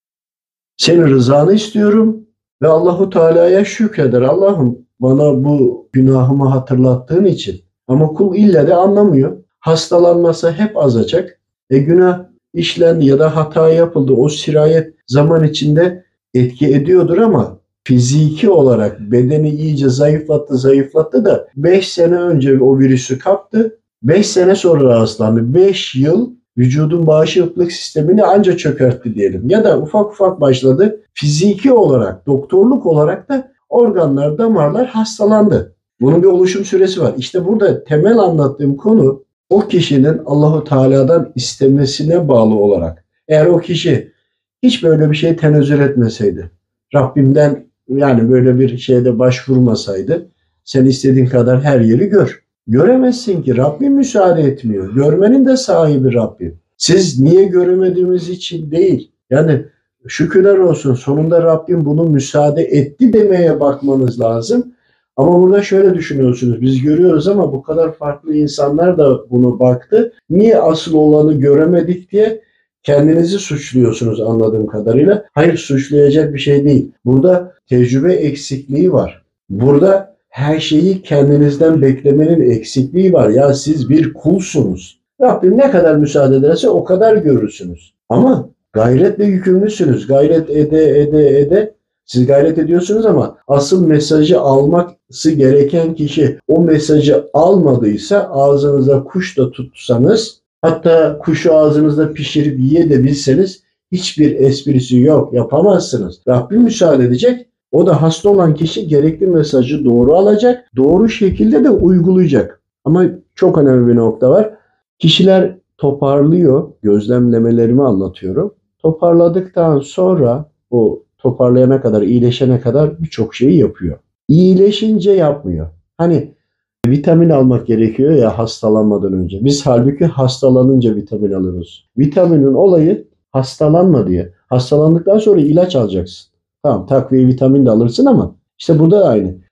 Senin rızanı istiyorum. Ve Allahu Teala'ya şükreder. Allah'ım bana bu günahımı hatırlattığın için. Ama kul ille de anlamıyor. Hastalanmasa hep azacak. Günah işlendi ya da hata yapıldı. O sirayet zaman içinde etki ediyordur ama fiziki olarak bedeni iyice zayıflattı da 5 sene önce o virüsü kaptı. 5 sene sonra hastalandı. 5 yıl vücudun bağışıklık sistemini anca çökertti diyelim. Ya da ufak ufak başladı. Fiziki olarak, doktorluk olarak da organlar, damarlar hastalandı. Bunun bir oluşum süresi var. İşte burada temel anlattığım konu o kişinin Allahu Teala'dan istemesine bağlı olarak. Eğer o kişi hiç böyle bir şey tenezzül etmeseydi, Rabbimden yani böyle bir şeyde başvurmasaydı, sen istediğin kadar her yeri gör. Göremezsin ki, Rabbim müsaade etmiyor. Görmenin de sahibi Rabbim. Siz niye göremediğimiz için değil. Yani şükürler olsun sonunda Rabbim bunu müsaade etti demeye bakmanız lazım. Ama burada şöyle düşünüyorsunuz. Biz görüyoruz ama bu kadar farklı insanlar da bunu baktı. Niye asıl olanı göremedik diye kendinizi suçluyorsunuz anladığım kadarıyla. Hayır, suçlayacak bir şey değil. Burada tecrübe eksikliği var. Burada her şeyi kendinizden beklemenin eksikliği var. Ya siz bir kulsunuz. Rabbim ne kadar müsaade ederse o kadar görürsünüz. Ama gayretle yükümlüsünüz. Gayret ede. Siz gayret ediyorsunuz ama asıl mesajı alması gereken kişi o mesajı almadıysa, ağzınıza kuş da tutsanız, hatta kuşu ağzınızda pişirip yiyebilseniz hiçbir esprisi yok, yapamazsınız. Rabbim müsaade edecek. O da hasta olan kişi gerekli mesajı doğru alacak, doğru şekilde de uygulayacak. Ama çok önemli bir nokta var. Kişiler toparlıyor, gözlemlemelerimi anlatıyorum. Toparladıktan sonra o toparlayana kadar, iyileşene kadar birçok şeyi yapıyor. İyileşince yapmıyor. Hani vitamin almak gerekiyor ya hastalanmadan önce. Biz halbuki hastalanınca vitamin alırız. Vitaminin olayı hastalanma diye. Hastalandıktan sonra ilaç alacaksın. Tamam, takviye vitamin de alırsın ama işte burada da aynı.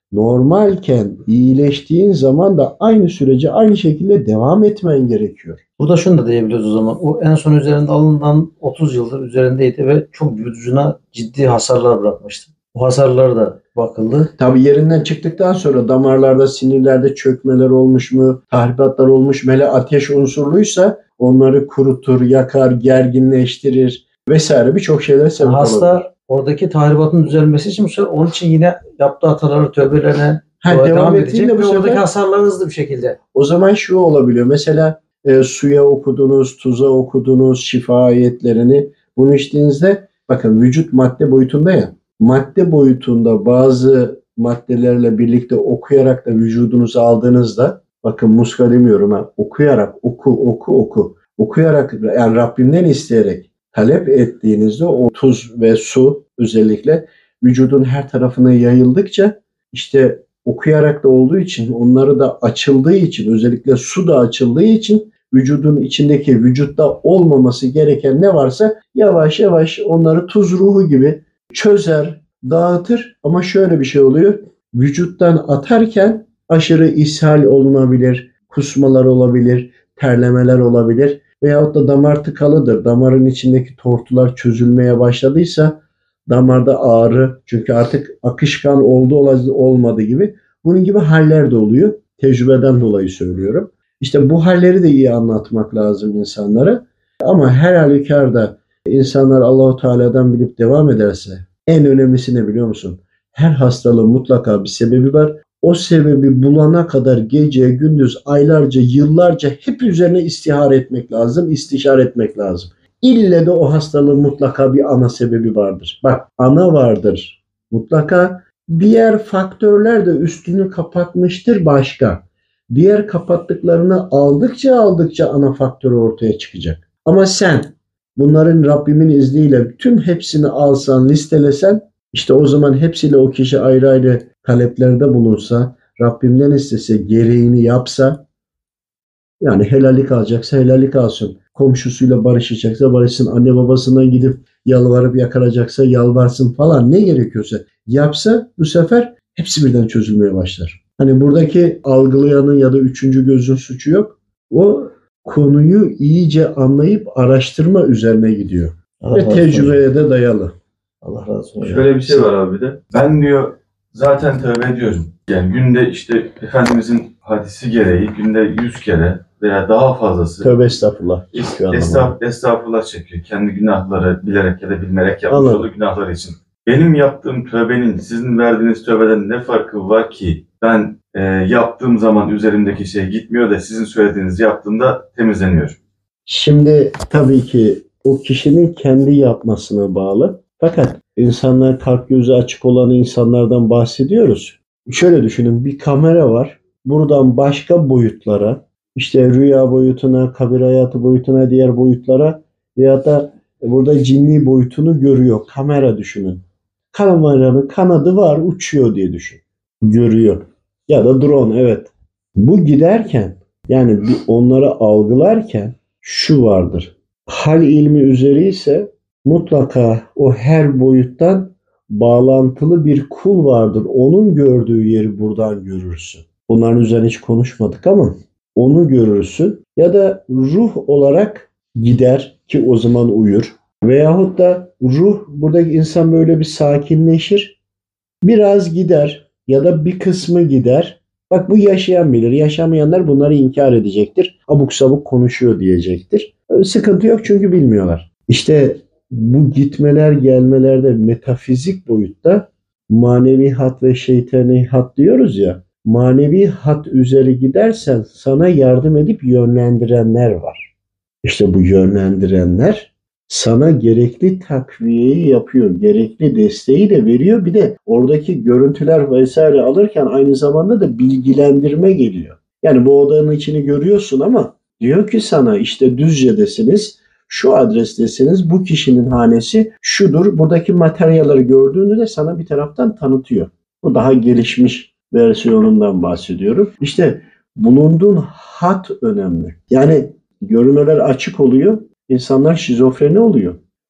normalken iyileştiğin zaman da aynı sürece aynı şekilde devam etmen gerekiyor. Burada şunu da diyebiliyoruz o zaman. O en son üzerinde alınan 30 yıldır üzerindeydi ve çok vücuduna ciddi hasarlar bırakmıştı. Bu hasarlara da bakıldı. Tabii yerinden çıktıktan sonra damarlarda, sinirlerde çökmeler olmuş mu, tahribatlar olmuş mu, hele ateş unsurluysa onları kurutur, yakar, gerginleştirir vesaire birçok şeylere sebep olabilir. Hasta oradaki tahribatın düzelmesi için bu sefer onun için yine yaptığı hataları, tövbelerine devam edecek ve oradaki hasarlar hızlı bir şekilde. O zaman şu olabiliyor. Mesela suya okudunuz, tuza okudunuz, şifa ayetlerini. Bunu içtiğinizde bakın vücut madde boyutunda ya. Madde boyutunda bazı maddelerle birlikte okuyarak da vücudunuza aldığınızda bakın muska demiyorum ha. Okuyarak oku. Okuyarak yani Rabbimden isteyerek talep ettiğinizde o tuz ve su özellikle vücudun her tarafına yayıldıkça işte okuyarak da olduğu için onları da açıldığı için özellikle su da açıldığı için vücudun içindeki vücutta olmaması gereken ne varsa yavaş yavaş onları tuz ruhu gibi çözer, dağıtır ama şöyle bir şey oluyor. Vücuttan atarken aşırı ishal olunabilir, kusmalar olabilir, terlemeler olabilir veyahut da damar tıkalıdır. Damarın içindeki tortular çözülmeye başladıysa damarda ağrı çünkü artık akışkan oldu olmadı gibi bunun gibi haller de oluyor. Tecrübeden dolayı söylüyorum. İşte bu halleri de iyi anlatmak lazım insanlara. Ama her halükarda insanlar Allahu Teala'dan bilip devam ederse en önemlisi ne biliyor musun? Her hastalığın mutlaka bir sebebi var. O sebebi bulana kadar gece, gündüz, aylarca, yıllarca hep üzerine istişare etmek lazım. İlle de o hastalığın mutlaka bir ana sebebi vardır. Bak ana vardır mutlaka. Diğer faktörler de üstünü kapatmıştır başka. Diğer kapattıklarını aldıkça ana faktörü ortaya çıkacak. Ama sen bunların Rabbimin izniyle tüm hepsini alsan, listelesen işte o zaman hepsiyle o kişi ayrı ayrı taleplerde bulunsa, Rabbimden istese, gereğini yapsa yani helallik alacaksa helallik alsın. Komşusuyla barışacaksa barışsın. Anne babasından gidip yalvarıp yakaracaksa yalvarsın falan ne gerekiyorsa yapsa bu sefer hepsi birden çözülmeye başlar. Hani buradaki algılayanın ya da üçüncü gözün suçu yok. O konuyu iyice anlayıp araştırma üzerine gidiyor. Ve tecrübeye de dayalı. Allah razı olsun. Şöyle bir şey var abi de. Ben diyor zaten tövbe ediyorum. Yani günde işte Efendimizin hadisi gereği günde 100 kere veya daha fazlası. Tövbe estağfurullah. Estağfurullah çekiyor. Kendi günahları bilerek ya da bilmerek yapmış olduğu günahları için. Benim yaptığım tövbenin sizin verdiğiniz tövbeden ne farkı var ki ben yaptığım zaman üzerimdeki şey gitmiyor da sizin söylediğinizi yaptığımda temizleniyor. Şimdi tabii ki o kişinin kendi yapmasına bağlı. Fakat insanlar kalp gözü açık olan insanlardan bahsediyoruz. Şöyle düşünün bir kamera var. Buradan başka boyutlara işte rüya boyutuna, kabir hayatı boyutuna, diğer boyutlara veya da burada cinni boyutunu görüyor. Kamera düşünün. Kameranın kanadı var uçuyor diye düşün. Görüyor. Ya da drone evet. Bu giderken yani onları algılarken şu vardır. Hal ilmi üzeri ise mutlaka o her boyuttan bağlantılı bir kul vardır. Onun gördüğü yeri buradan görürsün. Bunların üzerine hiç konuşmadık ama onu görürsün. Ya da ruh olarak gider ki o zaman uyur. Veyahut da ruh buradaki insan böyle bir sakinleşir. Biraz gider ya da bir kısmı gider. Bak bu yaşayan bilir. Yaşamayanlar bunları inkar edecektir. Abuk sabuk konuşuyor diyecektir. Sıkıntı yok çünkü bilmiyorlar. İşte bu gitmeler gelmelerde metafizik boyutta manevi hat ve şeytani hat diyoruz ya. Manevi hat üzeri gidersen sana yardım edip yönlendirenler var. İşte bu yönlendirenler sana gerekli takviyeyi yapıyor. Gerekli desteği de veriyor. Bir de oradaki görüntüler vesaire alırken aynı zamanda da bilgilendirme geliyor. Yani bu odanın içini görüyorsun ama diyor ki sana işte Düzce'desiniz, şu adrestesiniz, bu kişinin hanesi şudur. Buradaki materyalleri gördüğünü de sana bir taraftan tanıtıyor. Bu daha gelişmiş versiyonundan bahsediyorum. İşte bulunduğun hat önemli. Yani görünmeler açık oluyor. İnsanlar şizofreni oluyor.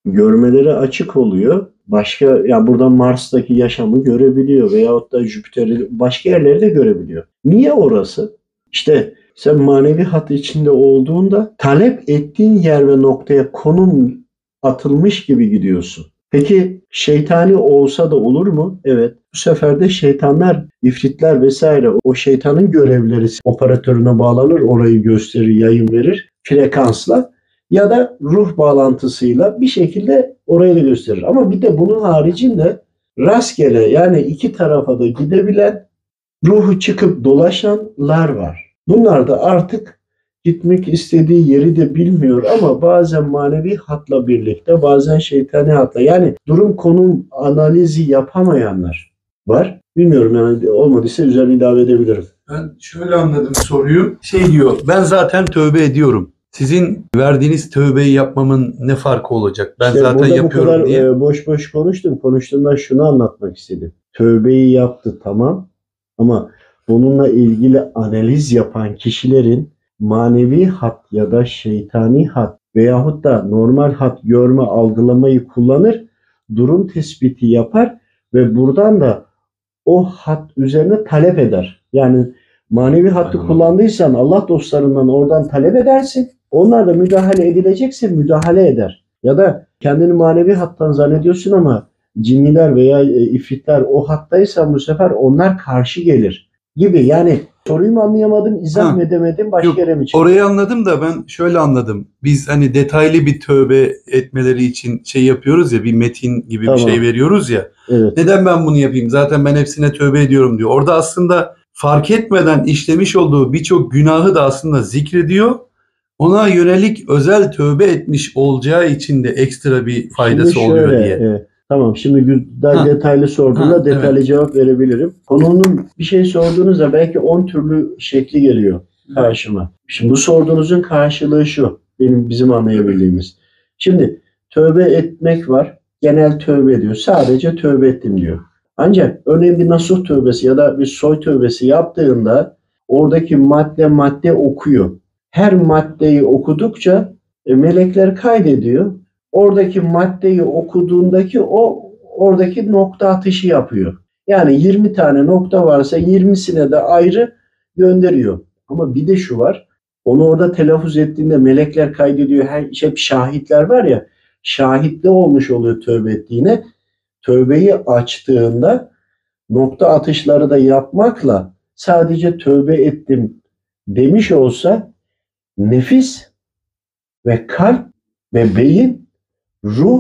görmeleri açık oluyor. Başka, yani burada Mars'taki yaşamı görebiliyor veyahut da Jüpiter'i, başka yerleri de görebiliyor. Niye orası? İşte sen manevi hat içinde olduğunda talep ettiğin yer ve noktaya konum atılmış gibi gidiyorsun. Peki şeytani olsa da olur mu? Evet. Bu sefer de şeytanlar, ifritler vesaire, o şeytanın görevleri operatörüne bağlanır, orayı gösterir, yayın verir frekansla ya da ruh bağlantısıyla bir şekilde orayı da gösterir. Ama bir de bunun haricinde rastgele, yani iki tarafa da gidebilen, ruhu çıkıp dolaşanlar var. Bunlar da artık gitmek istediği yeri de bilmiyor ama bazen manevi hatla birlikte, bazen şeytani hatla, yani durum konum analizi yapamayanlar var. Bilmiyorum, yani olmadıysa üzerine ilave edebilirim. Ben şöyle anladım soruyu. Şey diyor, ben zaten tövbe ediyorum. Sizin verdiğiniz tövbeyi yapmamın ne farkı olacak? Ben İşte zaten burada yapıyorum bu kadar diye. boş boş konuştum. Konuştuğumda şunu anlatmak istedim. Tövbeyi yaptı, tamam, ama bununla ilgili analiz yapan kişilerin manevi hat ya da şeytani hat veyahut da normal hat görme, algılamayı kullanır, durum tespiti yapar ve buradan da o hat üzerine talep eder. Yani manevi hattı Aynen. kullandıysan Allah dostlarından oradan talep edersin. Onlar da müdahale edilecekse müdahale eder. Ya da kendini manevi hattan zannediyorsun ama cinniler veya ifritler o hattaysan bu sefer onlar karşı gelir gibi. Yani soruyu mu anlayamadım, izah mı edemedim, başka Yok, yere mi çıktı? orayı anladım da ben şöyle anladım. Biz hani detaylı bir tövbe etmeleri için şey yapıyoruz ya, bir metin gibi Tamam. bir şey veriyoruz ya. Evet. Neden ben bunu yapayım? Zaten ben hepsine tövbe ediyorum diyor. Orada aslında fark etmeden işlemiş olduğu birçok günahı da aslında zikrediyor. Ona yönelik özel tövbe etmiş olacağı için de ekstra bir faydası Şimdi oluyor şöyle, diye. tamam, şimdi daha Ha. detaylı sorduğunda Ha, detaylı evet. cevap verebilirim. Konunun bir şey sorduğunuzda belki 10 türlü şekli geliyor karşıma. Şimdi bu sorduğunuzun karşılığı şu, bizim anlayabildiğimiz. Şimdi tövbe etmek var, genel tövbe ediyor. Sadece tövbe ettim diyor. Ancak örneğin bir nasuh tövbesi ya da bir soy tövbesi yaptığında oradaki madde okuyor. Her maddeyi okudukça melekler kaydediyor. Oradaki maddeyi okuduğundaki oradaki nokta atışı yapıyor. Yani 20 tane nokta varsa 20'sine de ayrı gönderiyor. Ama bir de şu var. Onu orada telaffuz ettiğinde melekler kaydediyor. Hep şahitler var ya. Şahitli olmuş oluyor tövbe ettiğine. Tövbeyi açtığında nokta atışları da yapmakla sadece tövbe ettim demiş olsa nefis ve kalp ve beyin, ruh,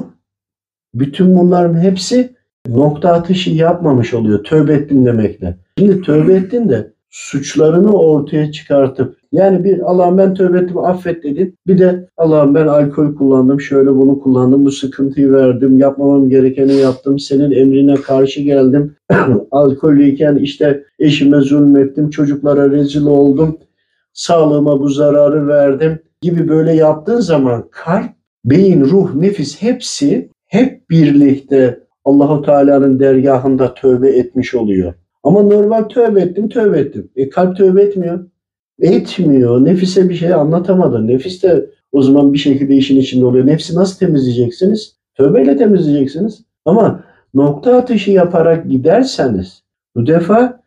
bütün bunların hepsi nokta atışı yapmamış oluyor tövbe ettin demekle. Şimdi tövbe ettin de suçlarını ortaya çıkartıp, yani bir Allah'ım ben tövbe ettim affet dedin. Bir de Allah'ım ben alkol kullandım, şöyle bunu kullandım, bu sıkıntıyı verdim, yapmamam gerekeni yaptım, senin emrine karşı geldim. Alkollüyken işte eşime zulmettim, çocuklara rezil oldum, sağlığıma bu zararı verdim gibi böyle yaptığın zaman kalp, beyin, ruh, nefis hepsi hep birlikte Allahu Teala'nın dergahında tövbe etmiş oluyor. Ama normal tövbe ettim. Kalp tövbe etmiyor. Etmiyor. Nefise bir şey anlatamadı. Nefis de o zaman bir şekilde işin içinde oluyor. Nefsi nasıl temizleyeceksiniz? Tövbeyle temizleyeceksiniz. Ama nokta atışı yaparak giderseniz bu defa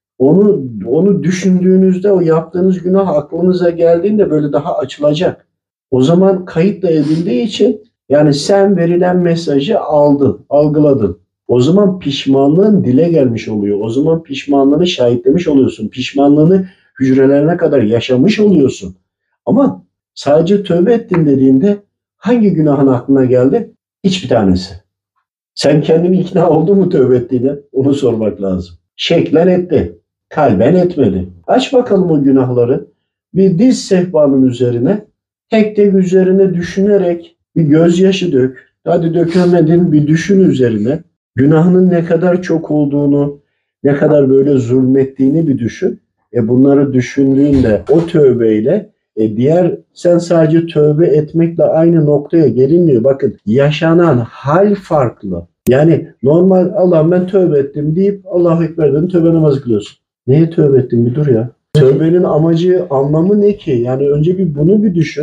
onu düşündüğünüzde o yaptığınız günah aklınıza geldiğinde böyle daha açılacak. O zaman kayıt da edildiği için yani sen verilen mesajı aldın, algıladın. O zaman pişmanlığın dile gelmiş oluyor. O zaman pişmanlığını şahitlemiş oluyorsun. Pişmanlığını hücrelerine kadar yaşamış oluyorsun. Ama sadece tövbe ettin dediğinde hangi günahın aklına geldi? Hiçbir tanesi. Sen kendini ikna oldun mu tövbe ettiğine? Onu sormak lazım. Şeklen etti. Kalben etmedi. Aç bakalım o günahları. Bir diz sehpanın üzerine, tek tek üzerine düşünerek bir gözyaşı dök. Hadi dökemedin, bir düşün üzerine. Günahının ne kadar çok olduğunu, ne kadar böyle zulmettiğini bir düşün. Bunları düşündüğünde o tövbeyle sen sadece tövbe etmekle aynı noktaya gelinmiyor. Bakın yaşanan hal farklı. Yani normal Allah'ım ben tövbe ettim deyip Allahu Ekber dedin, tövbe namazı kılıyorsun. Neye tövbe ettin, bir dur ya. Tövbenin amacı, anlamı ne ki? Yani önce bunu bir düşün.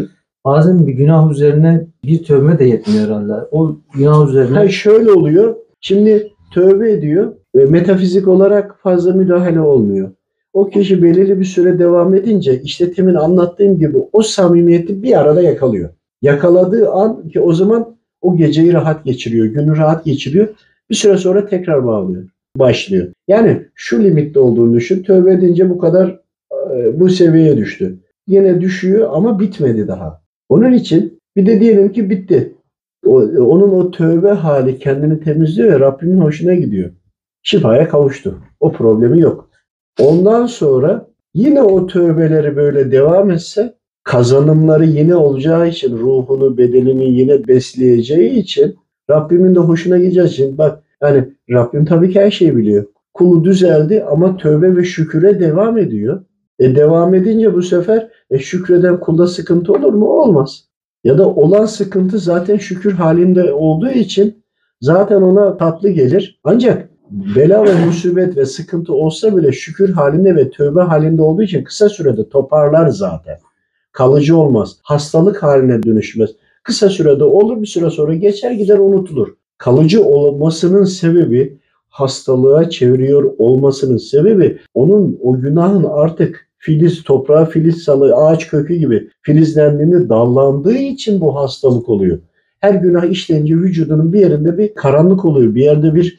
bazen bir günah üzerine bir tövbe de yetmiyor herhalde. O günah üzerine Şöyle oluyor. Şimdi tövbe ediyor ve metafizik olarak fazla müdahale olmuyor. O kişi belirli bir süre devam edince işte temin anlattığım gibi o samimiyeti bir arada yakalıyor. Yakaladığı an ki o zaman o geceyi rahat geçiriyor, günü rahat geçiriyor. Bir süre sonra tekrar başlıyor. Yani şu limitte olduğunu düşün. Tövbe edince bu kadar bu seviyeye düştü. Yine düşüyor ama bitmedi daha. Onun için bir de diyelim ki bitti. Onun o tövbe hali kendini temizliyor ve Rabbimin hoşuna gidiyor. Şifaya kavuştu. O problemi yok. Ondan sonra yine o tövbeleri böyle devam etse kazanımları yine olacağı için ruhunu, bedenini yine besleyeceği için Rabbimin de hoşuna gideceği için bak yani Rabbim tabii ki her şeyi biliyor. Kulu düzeldi ama tövbe ve şüküre devam ediyor. Devam edince bu sefer şükreden kulda sıkıntı olur mu? Olmaz. Ya da olan sıkıntı zaten şükür halinde olduğu için zaten ona tatlı gelir. Ancak bela ve musibet ve sıkıntı olsa bile şükür halinde ve tövbe halinde olduğu için kısa sürede toparlar zaten. Kalıcı olmaz. Hastalık haline dönüşmez. Kısa sürede olur, bir süre sonra geçer gider unutulur. Kalıcı olmasının sebebi, hastalığa çeviriyor olmasının sebebi onun o günahın artık toprağa filiz salı, ağaç kökü gibi filizlendiğini, dallandığı için bu hastalık oluyor. Her günah işleyince vücudunun bir yerinde bir karanlık oluyor. Bir yerde bir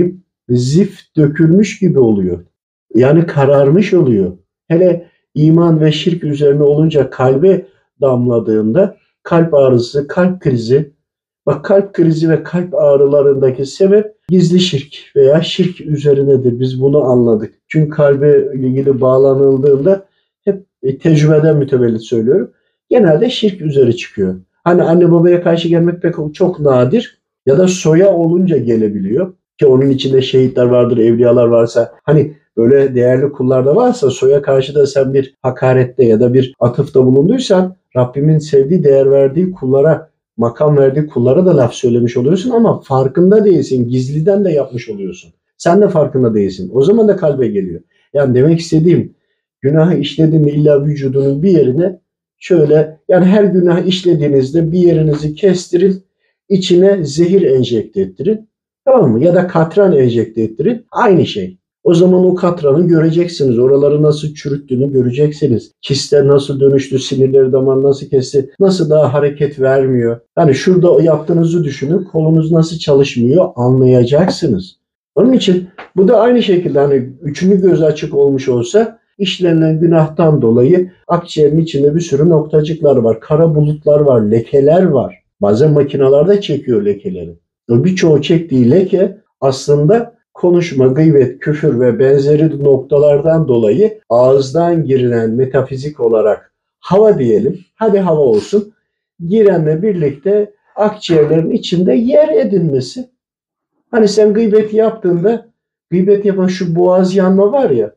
zift dökülmüş gibi oluyor. Yani kararmış oluyor. Hele iman ve şirk üzerine olunca kalbe damladığında kalp ağrısı, kalp krizi. Bak kalp krizi ve kalp ağrılarındaki sebep gizli şirk veya şirk üzerinedir. Biz bunu anladık. Çünkü kalbe ilgili bağlanıldığında hep tecrübeden mütevellit söylüyorum. Genelde şirk üzeri çıkıyor. Hani anne babaya karşı gelmek pek çok nadir ya da soya olunca gelebiliyor. Ki onun içinde şehitler vardır, evliyalar varsa hani böyle değerli kullar da varsa soya karşı da sen bir hakarette ya da bir atıfta bulunduysan Rabbimin sevdiği, değer verdiği kullara, makam verdiği kullara da laf söylemiş oluyorsun ama farkında değilsin. Gizliden de yapmış oluyorsun. Sen de farkında değilsin. O zaman da kalbe geliyor. Yani demek istediğim günahı işlediğinde illa vücudunun bir yerine şöyle yani her günah işlediğinizde bir yerinizi kestirin, içine zehir enjekte ettirin. Tamam mı? Ya da katran enjekte ettirin. Aynı şey. O zaman o katranı göreceksiniz. Oraları nasıl çürüttüğünü göreceksiniz. Kistler nasıl dönüştü, sinirleri damar nasıl kesti, nasıl daha hareket vermiyor. Yani şurada yaptığınızı düşünün. Kolunuz nasıl çalışmıyor anlayacaksınız. Onun için bu da aynı şekilde hani üçüncü göz açık olmuş olsa işlenen günahtan dolayı akciğerin içinde bir sürü noktacıklar var. Kara bulutlar var, lekeler var. Bazen makineler çekiyor lekeleri. Birçoğu çektiği leke aslında konuşma, gıybet, küfür ve benzeri noktalardan dolayı ağızdan girilen metafizik olarak hava diyelim, hadi hava olsun, girenle birlikte akciğerlerin içinde yer edinmesi. Hani sen gıybet yaptığında, gıybet yapan şu boğaz yanma var ya,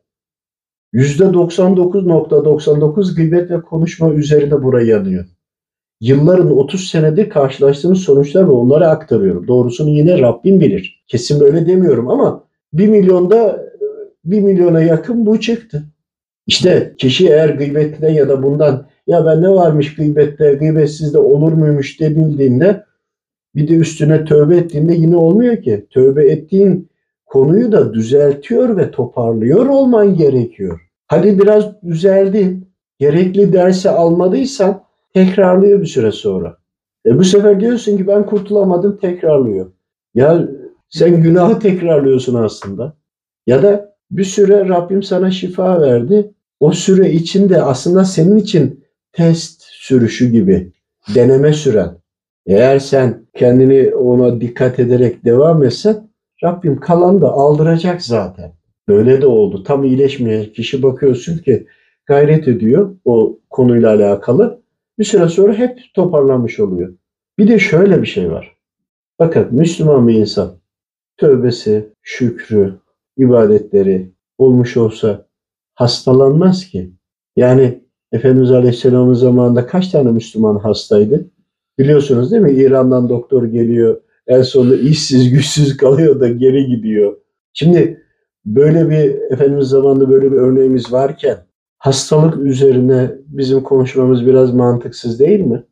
%99.99 gıybet ve konuşma üzerinde buraya yanıyor. Yılların 30 senedir karşılaştığımız sonuçlar ve onları aktarıyorum. Doğrusunu yine Rabbim bilir. Kesin böyle demiyorum ama 1 milyona yakın bu çıktı. İşte kişi eğer gıybetten ya da bundan ya ben ne varmış gıybette, gıybetsizde olur muymuş denildiğinde bir de üstüne tövbe ettiğinde yine olmuyor ki. Tövbe ettiğin konuyu da düzeltiyor ve toparlıyor olman gerekiyor. Hadi biraz düzeldin. Gerekli dersi almadıysan tekrarlıyor bir süre sonra. Bu sefer diyorsun ki ben kurtulamadım, tekrarlıyor. Ya sen günahı tekrarlıyorsun aslında. Ya da bir süre Rabbim sana şifa verdi. O süre içinde aslında senin için test sürüşü gibi deneme süren. Eğer sen kendini ona dikkat ederek devam etsen Rabbim kalan da aldıracak zaten. Böyle de oldu. Tam iyileşmeyen kişi bakıyorsun ki gayret ediyor o konuyla alakalı. Bir süre sonra hep toparlanmış oluyor. Bir de şöyle bir şey var. Bakın Müslüman bir insan tövbesi, şükrü, ibadetleri olmuş olsa hastalanmaz ki. Yani Efendimiz Aleyhisselam'ın zamanında kaç tane Müslüman hastaydı? Biliyorsunuz değil mi? İran'dan doktor geliyor. En sonunda işsiz güçsüz kalıyor da geri gidiyor. Şimdi böyle bir Efendimiz zamanında böyle bir örneğimiz varken hastalık üzerine bizim konuşmamız biraz mantıksız değil mi?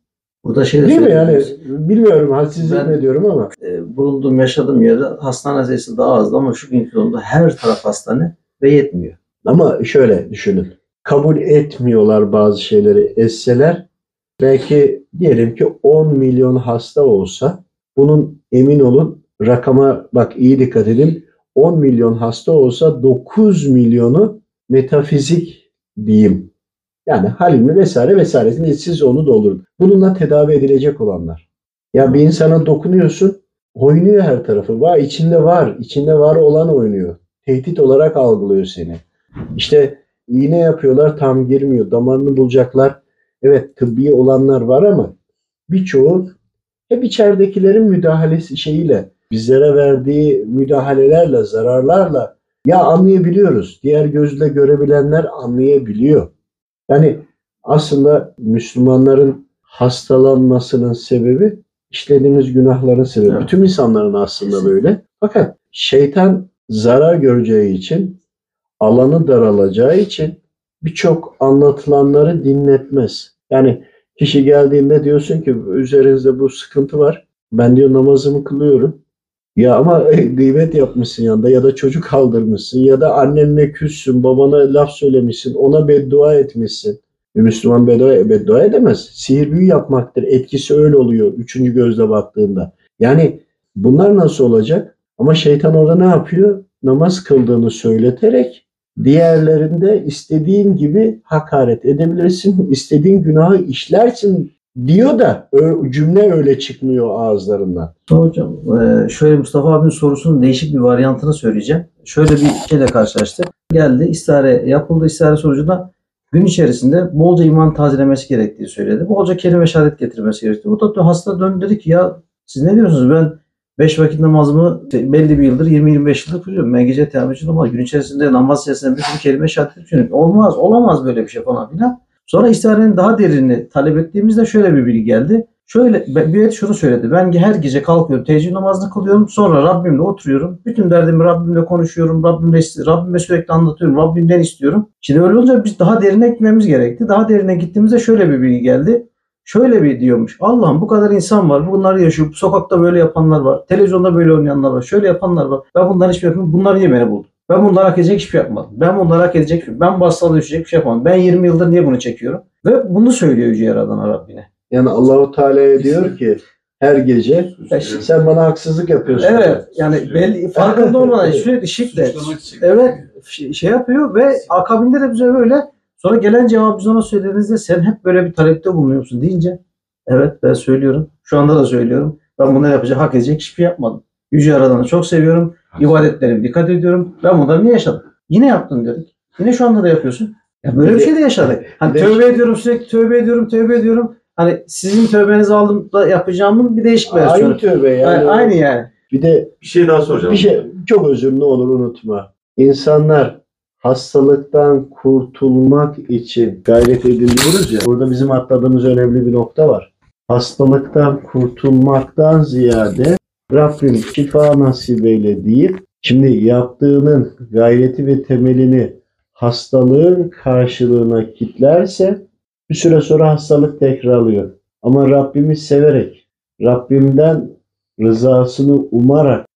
Burada şey de Değil mi yani? söyleyebiliriz. Bilmiyorum, hadsizlik Ben- mi ediyorum ama. Bulunduğum, yaşadığım yerde hastane sayısı daha azdı ama şu günkü durumda her taraf hastane ve yetmiyor. Ama şöyle düşünün. Kabul etmiyorlar bazı şeyleri, etseler belki diyelim ki 10 milyon hasta olsa, bunun emin olun, rakama bak, iyi dikkat edin, 10 milyon hasta olsa 9 milyonu metafizik diyeyim. Yani halimi vesaire vesairesini, siz onu doldurun. Bununla tedavi edilecek olanlar. Ya bir insana dokunuyorsun, oynuyor her tarafı. Var, içinde var. İçinde var olan oynuyor. Tehdit olarak algılıyor seni. İşte iğne yapıyorlar, tam girmiyor. Damarını bulacaklar. Evet, tıbbi olanlar var ama birçoğu hep içeridekilerin müdahalesi şeyiyle, bizlere verdiği müdahalelerle, zararlarla ya anlayabiliyoruz. Diğer gözle görebilenler anlayabiliyor. Yani aslında Müslümanların hastalanmasının sebebi işlediğimiz günahların sebebi. Evet. Bütün insanların aslında Kesinlikle. böyle. Fakat şeytan zarar göreceği için, alanı daralacağı için birçok anlatılanları dinletmez. Yani kişi geldiğinde diyorsun ki üzerinizde bu sıkıntı var. Ben diyor namazımı kılıyorum. Ya ama gıybet yapmışsın yanında, ya da çocuk kaldırmışsın, ya da annenle küssün, babana laf söylemişsin, ona beddua etmişsin. Bir Müslüman beddua edemez. Sihir büyü yapmaktır. Etkisi öyle oluyor üçüncü gözle baktığında. Yani bunlar nasıl olacak? Ama şeytan orada ne yapıyor? Namaz kıldığını söyleterek diğerlerinde istediğin gibi hakaret edebilirsin, istediğin günahı işlersin diyor da cümle öyle çıkmıyor ağızlarından. Hocam şöyle, Mustafa abinin sorusunun değişik bir varyantını söyleyeceğim. Şöyle bir şeyle karşılaştık. Geldi, istihare yapıldı. İstihare sonucunda gün içerisinde bolca iman tazelemesi gerektiği söyledi. Bolca kelime şehadet getirmesi gerektiği. Bu da hasta döndü, dedi ki ya siz ne diyorsunuz? Ben 5 vakit namazımı belli bir yıldır, 20-25 yıldır kılıyorum. Ben gece teheccüd ama gün içerisinde namaz içerisinde bir sürü kelime şehadet ediyorum. Olmaz, olamaz böyle bir şey falan filan. Sonra istiharenin daha derinini talep ettiğimizde şöyle bir bilgi geldi. Şöyle bir şunu söyledi. Ben her gece kalkıyorum, teheccüd namazını kılıyorum. Sonra Rabbimle oturuyorum. Bütün derdimi Rabbimle konuşuyorum. Rabbime sürekli anlatıyorum. Rabbimden istiyorum. Şimdi öyle olunca biz daha derine gitmemiz gerekti. Daha derine gittiğimizde şöyle bir bilgi geldi. Şöyle bir diyormuş. Allah'ım, bu kadar insan var. Bunlar yaşıyor. Sokakta böyle yapanlar var. Televizyonda böyle oynayanlar var. Şöyle yapanlar var. Ben bunların hiçbir yapmıyorum. Bunlar niye beni buldu? Ben bunları hak edecek hiçbir şey yapmadım. Ben bunları hak edecek, ben bu hastalığa düşecek bir şey yapmadım. Ben 20 yıldır niye bunu çekiyorum? Ve bunu söylüyor Yüce Yaradan'a, Rabbine. Yani Allahu Teala'ya diyor ki her gece sen bana haksızlık yapıyorsun. Evet, yani belli farkında olmadan sürekli şiddet. Evet, şey yapıyor ve akabinde de bize böyle, sonra gelen cevabı biz ona söylediğimizde sen hep böyle bir talepte bulunuyorsun deyince, evet ben söylüyorum. Şu anda da söylüyorum. Ben bunları yapacak, hak edecek hiçbir şey yapmadım. Yüce Yaradan'ı çok seviyorum. İbadetlerime dikkat ediyorum. Ben bunları niye yaşadım? Yine yaptın dedik. Yine şu anda da yapıyorsun. Ya böyle bir şey de yaşadık. Hani tövbe ediyorum, sürekli tövbe ediyorum. Hani sizin tövbenizi aldım da yapacağımın bir değişik versiyonu. Aynı tövbe yani. Aynı yani. Bir de Bir şey daha soracağım. bir şey, çok özür, ne olur unutma. İnsanlar hastalıktan kurtulmak için gayret ediliyoruz ya. Burada bizim atladığımız önemli bir nokta var. Hastalıktan kurtulmaktan ziyade Rabbim şifa nasip eyle deyip, şimdi yaptığının gayreti ve temelini hastalığın karşılığına kitlerse bir süre sonra hastalık tekrarlıyor. Ama Rabbimi severek, Rabbimden rızasını umarak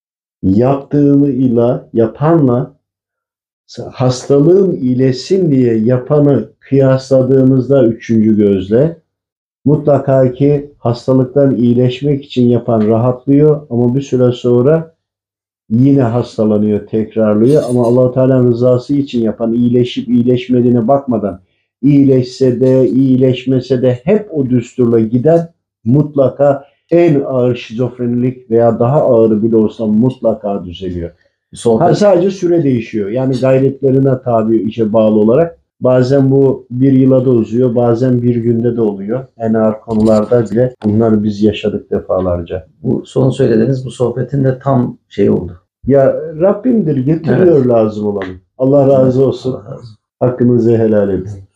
yapanla hastalığın iyileşsin diye yapanı kıyasladığımızda üçüncü gözle, mutlaka ki hastalıktan iyileşmek için yapan rahatlıyor ama bir süre sonra yine hastalanıyor, tekrarlıyor. Ama Allah-u Teala'nın rızası için yapan, iyileşip iyileşmediğine bakmadan, iyileşse de iyileşmese de hep o düsturla giden, mutlaka en ağır şizofrenilik veya daha ağırı bile olsa mutlaka düzeliyor. Sadece süre değişiyor. Yani gayretlerine tabi, işe bağlı olarak. Bazen bu bir yıla da uzuyor, bazen bir günde de oluyor. En ağır konularda bile bunları biz yaşadık defalarca. Bu son söylediğiniz bu sohbetin de tam şey oldu. Ya Rabbimdir, getiriyor lazım olanı. Allah razı olsun. Allah razı olsun. Hakkınızı helal edin.